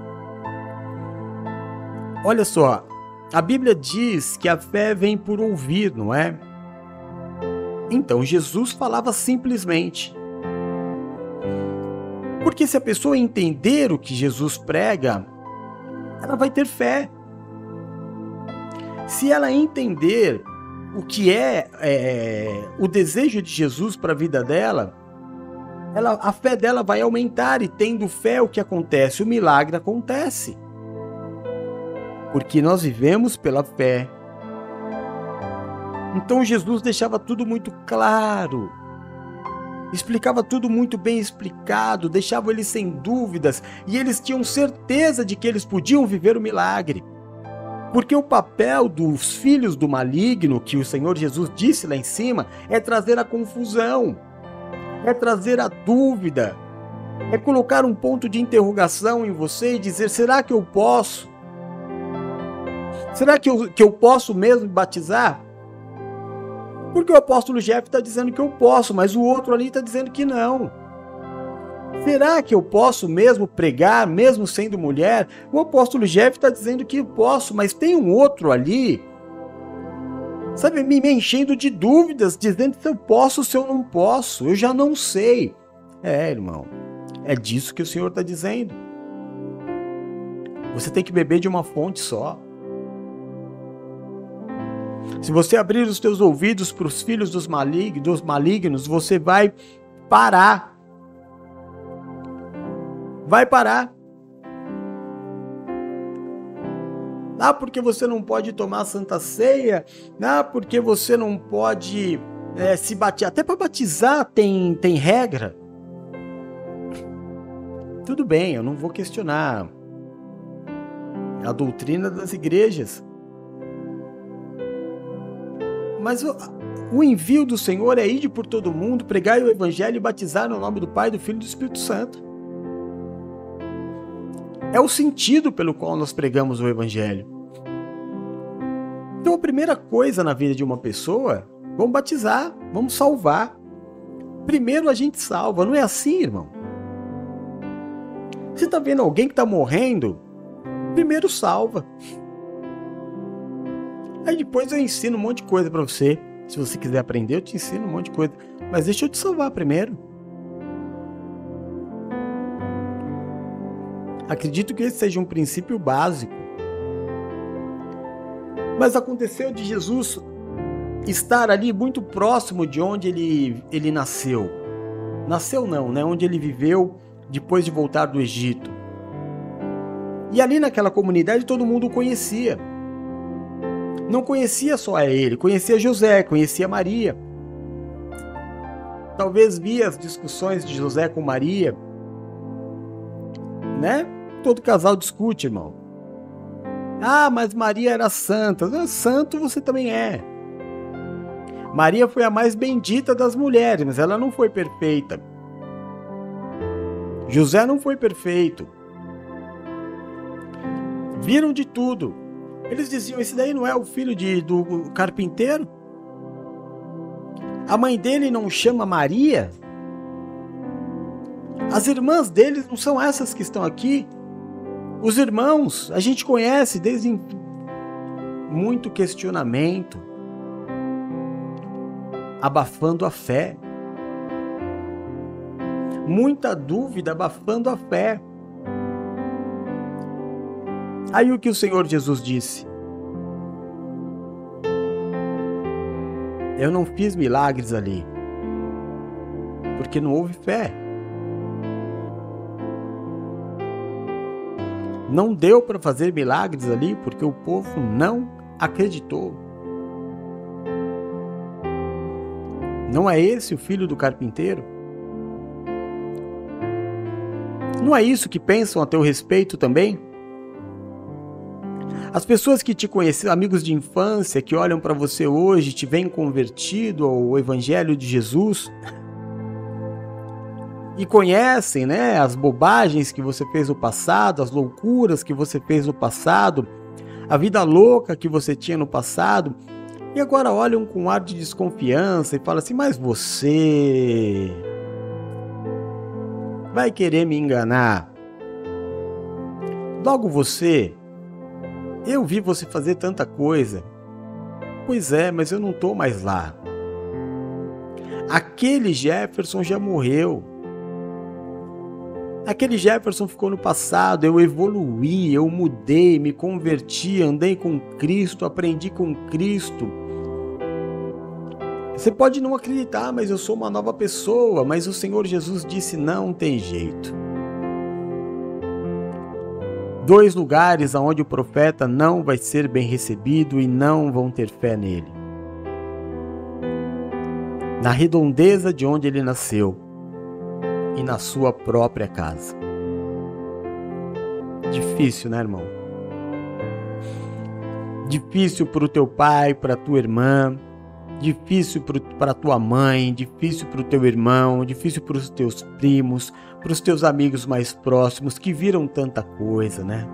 Olha só, a Bíblia diz que a fé vem por ouvir, não é? Então Jesus falava simplesmente. Porque se a pessoa entender o que Jesus prega, ela vai ter fé. Se ela entender o que é, é o desejo de Jesus para a vida dela, ela, a fé dela vai aumentar, e tendo fé, o que acontece? O milagre acontece. Porque nós vivemos pela fé. Então Jesus deixava tudo muito claro, explicava tudo muito bem explicado, deixava eles sem dúvidas, e eles tinham certeza de que eles podiam viver o milagre. Porque o papel dos filhos do maligno, que o Senhor Jesus disse lá em cima, é trazer a confusão, é trazer a dúvida, é colocar um ponto de interrogação em você e dizer, será que eu posso? Será que eu, que eu posso mesmo batizar? Porque o apóstolo Jeff está dizendo que eu posso, mas o outro ali está dizendo que não. Será que eu posso mesmo pregar, mesmo sendo mulher? O apóstolo Jeff está dizendo que eu posso, mas tem um outro ali, sabe, me enchendo de dúvidas, dizendo se eu posso ou se eu não posso. Eu já não sei. É, irmão, é disso que o Senhor está dizendo. Você tem que beber de uma fonte só. Se você abrir os teus ouvidos para os filhos dos malignos, dos malignos, você vai parar. Vai parar. Ah, porque você não pode tomar a Santa Ceia. Ah, porque você não pode é, se batizar. Até para batizar tem, tem regra. Tudo bem, eu não vou questionar a doutrina das igrejas. Mas o, o envio do Senhor é ir por todo mundo, pregar o Evangelho e batizar no nome do Pai, do Filho e do Espírito Santo. É o sentido pelo qual nós pregamos o Evangelho. Então a primeira coisa na vida de uma pessoa, vamos batizar, vamos salvar. Primeiro a gente salva, não é assim, irmão? Você está vendo alguém que está morrendo? Primeiro salva. Aí depois eu ensino um monte de coisa para você. Se você quiser aprender, eu te ensino um monte de coisa. Mas deixa eu te salvar primeiro. Acredito que esse seja um princípio básico. Mas aconteceu de Jesus estar ali muito próximo de onde ele, ele nasceu. Nasceu não, né? Onde ele viveu depois de voltar do Egito. E ali naquela comunidade todo mundo o conhecia. Não conhecia só a ele, conhecia José, conhecia Maria. Talvez via as discussões de José com Maria, né? Todo casal discute, irmão. Ah, mas Maria era santa. Santo você também é. Maria foi a mais bendita das mulheres, mas ela não foi perfeita. José não foi perfeito. Viram de tudo. Eles diziam, esse daí não é o filho de, do carpinteiro? A mãe dele não chama Maria? As irmãs deles não são essas que estão aqui? Os irmãos, a gente conhece desde muito questionamento, abafando a fé. Muita dúvida, abafando a fé. Aí o que o Senhor Jesus disse? Eu não fiz milagres ali, porque não houve fé. Não deu para fazer milagres ali, porque o povo não acreditou. Não é esse o filho do carpinteiro? Não é isso que pensam a teu respeito também? As pessoas que te conhecem, amigos de infância, que olham para você hoje, te veem convertido ao Evangelho de Jesus e conhecem, né, as bobagens que você fez no passado, as loucuras que você fez no passado, a vida louca que você tinha no passado, e agora olham com um ar de desconfiança e falam assim, mas você vai querer me enganar? Logo você... Eu vi você fazer tanta coisa. Pois é, mas eu não estou mais lá. Aquele Jefferson já morreu. Aquele Jefferson ficou no passado. Eu evoluí, eu mudei, me converti, andei com Cristo, aprendi com Cristo. Você pode não acreditar, mas eu sou uma nova pessoa. Mas o Senhor Jesus disse, não tem jeito. Dois lugares onde o profeta não vai ser bem recebido e não vão ter fé nele. Na redondeza de onde ele nasceu e na sua própria casa. Difícil, né, irmão? Difícil para o teu pai, para a tua irmã, difícil para a tua mãe, difícil para o teu irmão, difícil para os teus primos, para os teus amigos mais próximos que viram tanta coisa, né?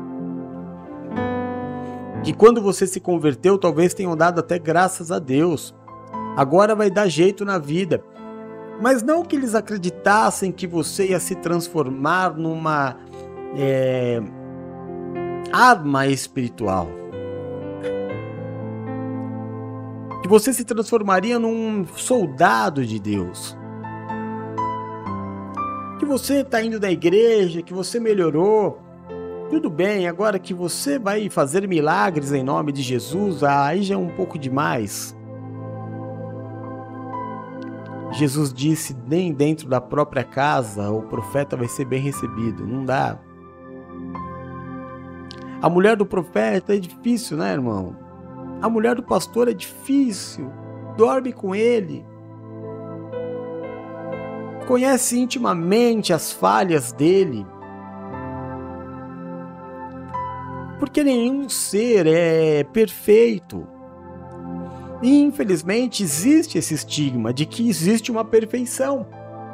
Que quando você se converteu, talvez tenham dado até graças a Deus. Agora vai dar jeito na vida. Mas não que eles acreditassem que você ia se transformar numa é, arma espiritual. Que você se transformaria num soldado de Deus. Que você está indo na igreja, que você melhorou. Tudo bem, agora que você vai fazer milagres em nome de Jesus, aí já é um pouco demais. Jesus disse, nem dentro da própria casa o profeta vai ser bem recebido. Não dá. A mulher do profeta é difícil, né, irmão? A mulher do pastor é difícil. Dorme com ele. Conhece intimamente as falhas dele. Porque nenhum ser é perfeito. E, infelizmente, existe esse estigma de que existe uma perfeição.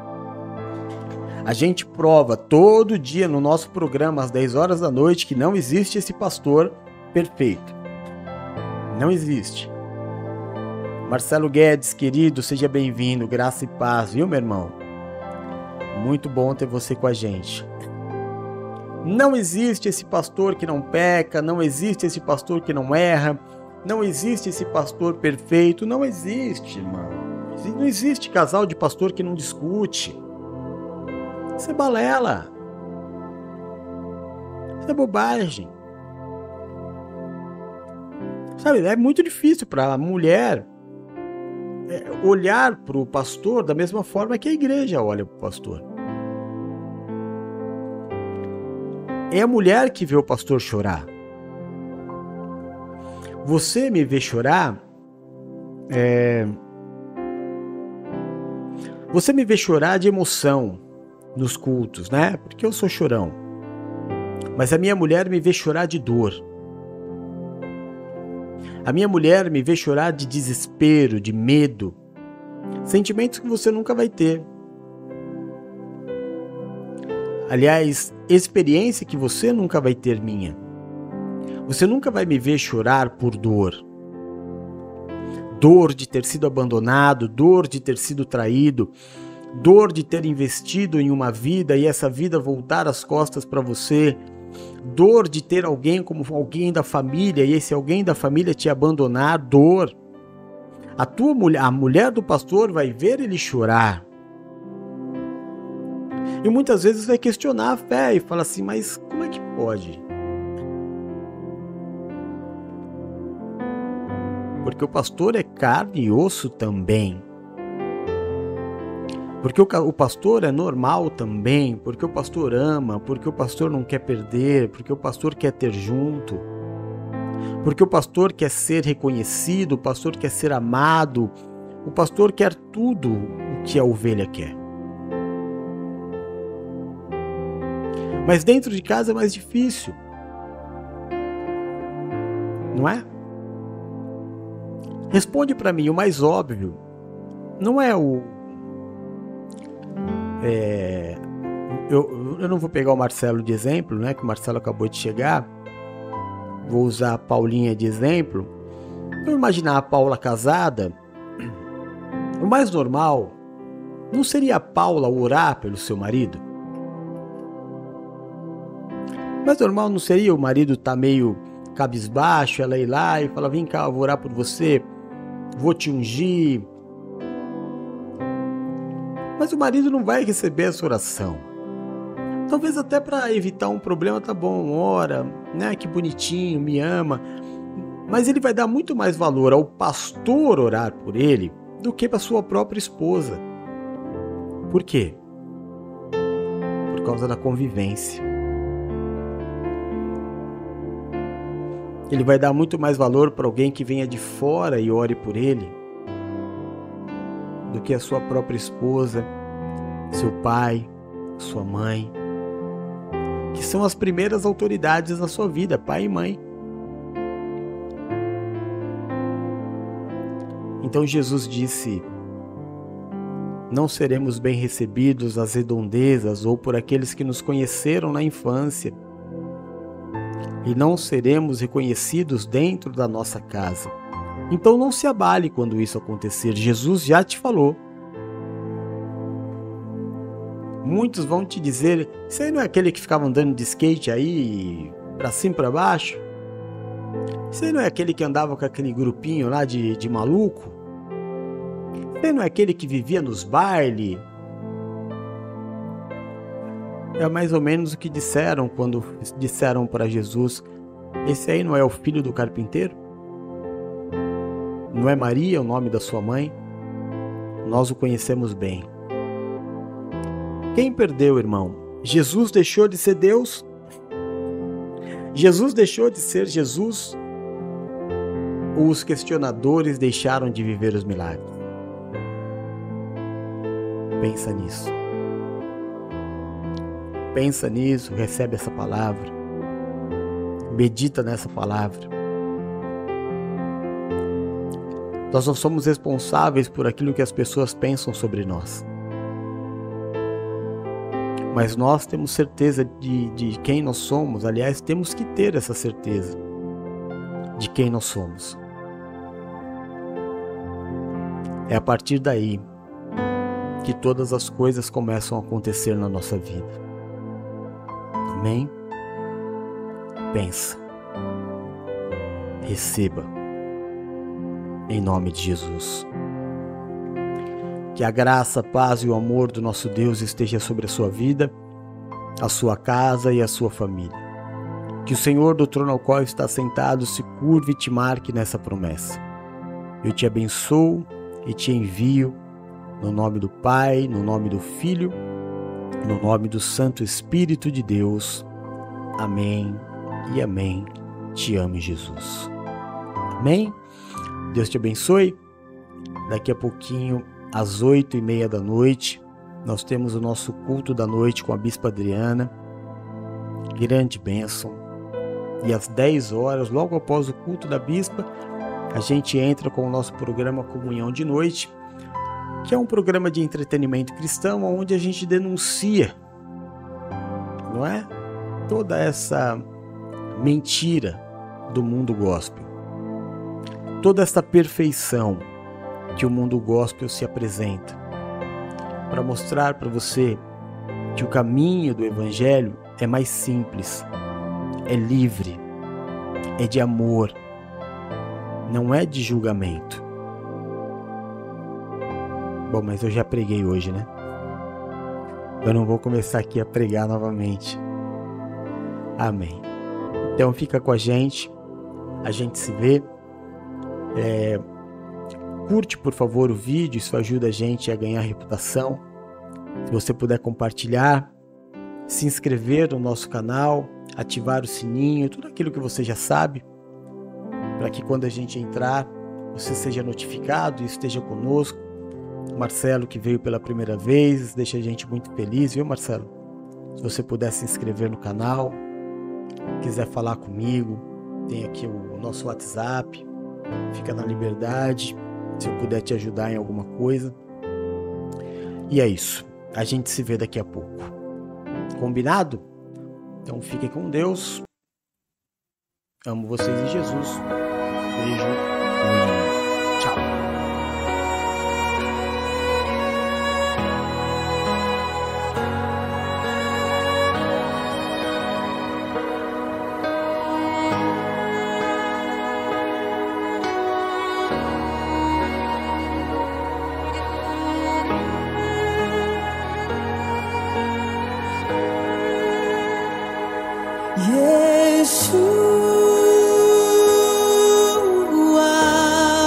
A gente prova todo dia no nosso programa, às dez horas da noite, que não existe esse pastor perfeito. Não existe. Marcelo Guedes, querido, seja bem-vindo. Graça e paz, viu, meu irmão? Muito bom ter você com a gente. Não existe esse pastor que não peca, não existe esse pastor que não erra, não existe esse pastor perfeito, não existe, irmão. Não existe casal de pastor que não discute. Isso é balela. Isso é bobagem. Sabe, é muito difícil para a mulher olhar para o pastor da mesma forma que a igreja olha para o pastor. É a mulher que vê o pastor chorar. Você me vê chorar, é... você me vê chorar de emoção nos cultos, né? Porque eu sou chorão. Mas a minha mulher me vê chorar de dor. A minha mulher me vê chorar de desespero, de medo. Sentimentos que você nunca vai ter. Aliás, experiência que você nunca vai ter minha. Você nunca vai me ver chorar por dor. Dor de ter sido abandonado, dor de ter sido traído, dor de ter investido em uma vida e essa vida voltar as costas para você, dor de ter alguém como alguém da família e esse alguém da família te abandonar, dor. A tua mulher, a mulher do pastor vai ver ele chorar. E muitas vezes vai questionar a fé e fala assim, mas como é que pode? Porque o pastor é carne e osso também. Porque o, o pastor é normal também. Porque o pastor ama. Porque o pastor não quer perder. Porque o pastor quer ter junto. Porque o pastor quer ser reconhecido. O pastor quer ser amado. O pastor quer tudo o que a ovelha quer. Mas dentro de casa é mais difícil. Não é? Responde para mim, o mais óbvio. Não é o... É, eu, eu não vou pegar o Marcelo de exemplo, né? Que o Marcelo acabou de chegar. Vou usar a Paulinha de exemplo. Eu imaginar a Paula casada. O mais normal não seria a Paula orar pelo seu marido? Mais normal não seria o marido estar tá meio cabisbaixo, ela ir lá e falar, vem cá, eu vou orar por você, vou te ungir. Mas o marido não vai receber essa oração. Talvez até para evitar um problema, tá bom, ora, né, que bonitinho, me ama. Mas ele vai dar muito mais valor ao pastor orar por ele do que para sua própria esposa. Por quê? Por causa da convivência. Ele vai dar muito mais valor para alguém que venha de fora e ore por ele do que a sua própria esposa, seu pai, sua mãe, que são as primeiras autoridades na sua vida, pai e mãe. Então Jesus disse, não seremos bem recebidos às redondezas ou por aqueles que nos conheceram na infância, e não seremos reconhecidos dentro da nossa casa. Então não se abale quando isso acontecer. Jesus já te falou. Muitos vão te dizer, isso aí não é aquele que ficava andando de skate aí, pra cima e pra baixo? Isso aí não é aquele que andava com aquele grupinho lá de, de maluco? Isso aí não é aquele que vivia nos bailes? É mais ou menos o que disseram quando disseram para Jesus, esse aí não é o filho do carpinteiro? Não é Maria o nome da sua mãe? Nós o conhecemos bem. Quem perdeu, irmão? Jesus deixou de ser Deus? Jesus deixou de ser Jesus? Ou os questionadores deixaram de viver os milagres? Pensa nisso. Pensa nisso, recebe essa palavra. Medita nessa palavra. Nós não somos responsáveis por aquilo que as pessoas pensam sobre nós. Mas nós temos certeza de, de quem nós somos. Aliás, temos que ter essa certeza de quem nós somos. É a partir daí que todas as coisas começam a acontecer na nossa vida. Amém? Pensa. Receba. Em nome de Jesus. Que a graça, a paz e o amor do nosso Deus esteja sobre a sua vida, a sua casa e a sua família. Que o Senhor do trono ao qual está sentado se curve e te marque nessa promessa. Eu te abençoo e te envio no nome do Pai, no nome do Filho, no nome do Santo Espírito de Deus. Amém e amém. Te amo, Jesus. Amém? Deus te abençoe. Daqui a pouquinho, às oito e meia da noite, nós temos o nosso culto da noite com a Bispa Adriana. Grande bênção. E às dez horas, logo após o culto da Bispa, a gente entra com o nosso programa Comunhão de Noite, que é um programa de entretenimento cristão onde a gente denuncia, não é? Toda essa mentira do mundo gospel. Toda essa perfeição que o mundo gospel se apresenta, para mostrar para você que o caminho do Evangelho é mais simples, é livre, é de amor, não é de julgamento. Bom, mas eu já preguei hoje, né? Eu não vou começar aqui a pregar novamente. Amém. Então fica com a gente, a gente se vê. É... Curte, por favor, o vídeo, isso ajuda a gente a ganhar reputação. Se você puder compartilhar, se inscrever no nosso canal, ativar o sininho, tudo aquilo que você já sabe, para que quando a gente entrar, você seja notificado e esteja conosco. O Marcelo, que veio pela primeira vez, deixa a gente muito feliz, viu, Marcelo? Se você puder se inscrever no canal, quiser falar comigo, tem aqui o nosso WhatsApp, fica na liberdade. Se eu puder te ajudar em alguma coisa. E é isso. A gente se vê daqui a pouco. Combinado? Então fiquem com Deus. Amo vocês em Jesus. Beijo e tchau. Yeshua.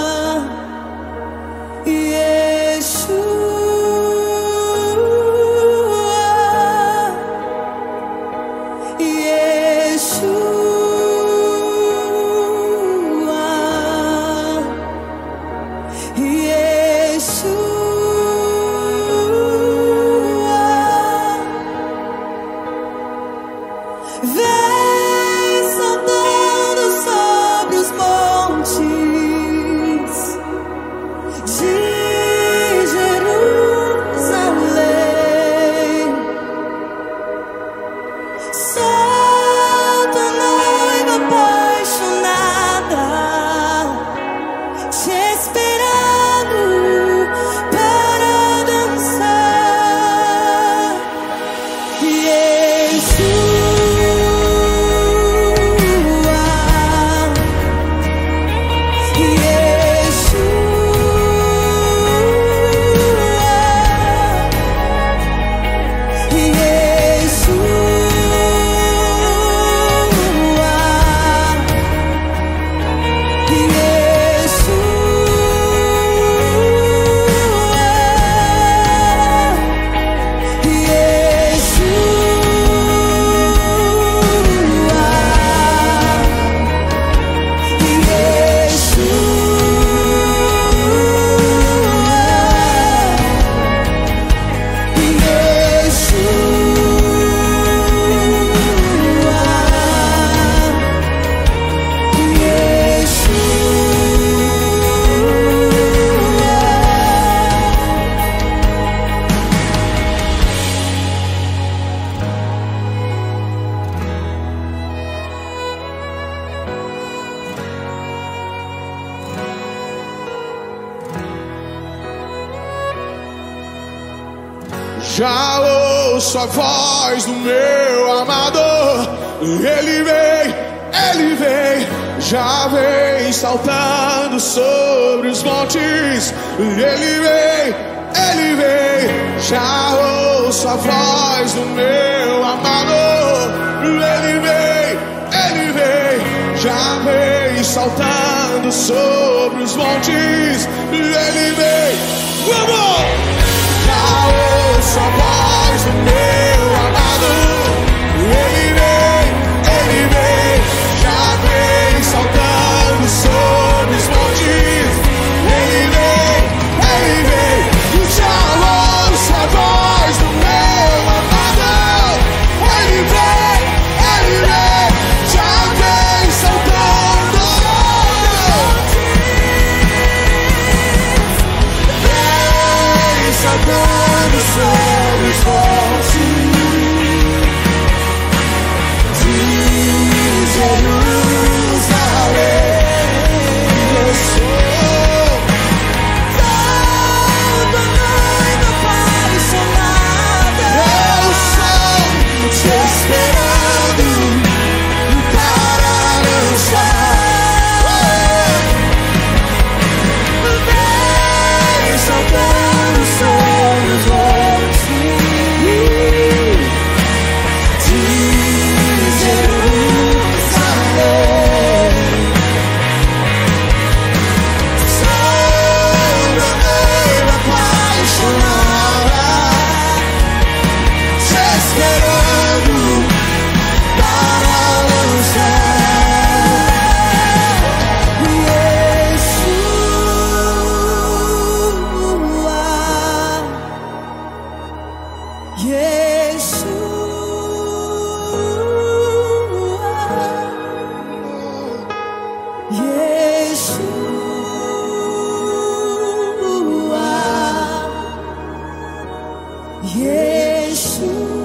Já ouço a voz do meu amado. Ele vem, ele vem, já vem saltando sobre os montes. Ele vem, ele vem, já ouço a voz do meu amado. Ele vem, ele vem, já vem saltando sobre os montes. Ele vem, vamos! Já ouço a voz do meu amado. Ele vem, ele vem, já vem saltando sobre os montes. Ele vem, ele vem, já ouço a voz do meu amado. Ele vem, ele vem, já vem saltando vem saltando sobre os montes de Jerusalém. Eu sou toda noiva apaixonada. Eu sou te esperando para lançar. Vem saltando sobre os montes de Jerusalém. Sou uma noiva apaixonada, te esperando para lançar. Yeshua, Yeshua, Yeshua.